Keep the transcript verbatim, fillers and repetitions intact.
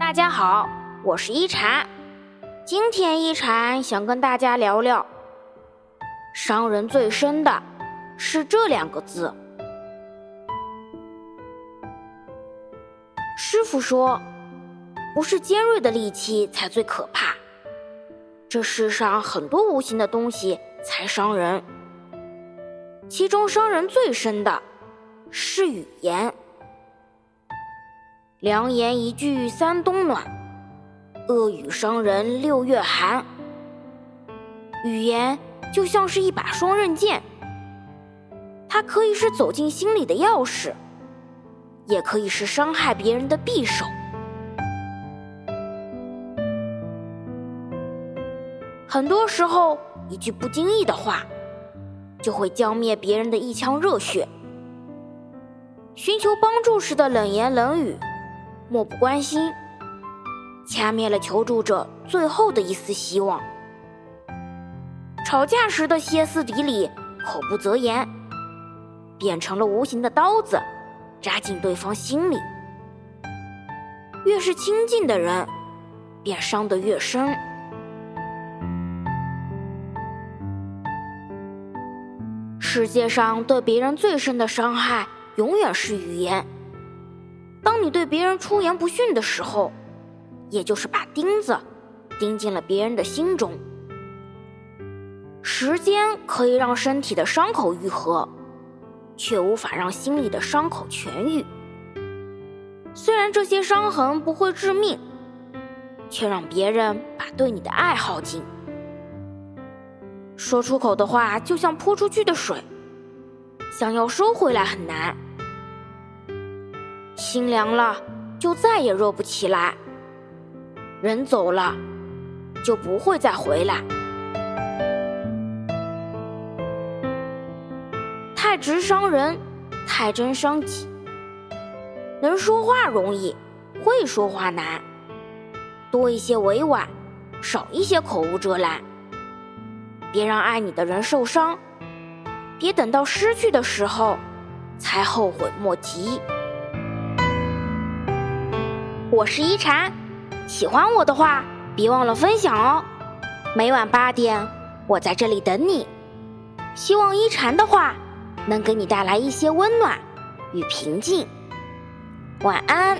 大家好，我是一禅。今天一禅想跟大家聊聊，伤人最深的是这两个字。师父说，不是尖锐的利器才最可怕，这世上很多无形的东西才伤人，其中伤人最深的是语言。良言一句三冬暖，恶语伤人六月寒。语言就像是一把双刃剑，它可以是走进心里的钥匙，也可以是伤害别人的匕首。很多时候，一句不经意的话，就会浇灭别人的一腔热血。寻求帮助时的冷言冷语，漠不关心，掐灭了求助者最后的一丝希望。吵架时的歇斯底里，口不择言，变成了无形的刀子，扎进对方心里。越是亲近的人，便伤得越深。世界上对别人最深的伤害，永远是语言。当你对别人出言不逊的时候，也就是把钉子钉进了别人的心中。时间可以让身体的伤口愈合，却无法让心里的伤口痊愈。虽然这些伤痕不会致命，却让别人把对你的爱耗尽。说出口的话就像泼出去的水，想要收回来很难。心凉了，就再也热不起来；人走了，就不会再回来。太直伤人，太真伤己。能说话容易，会说话难。多一些委婉，少一些口无遮拦。别让爱你的人受伤，别等到失去的时候才后悔莫及。我是一禅，喜欢我的话别忘了分享哦。每晚八点我在这里等你，希望一禅的话能给你带来一些温暖与平静。晚安。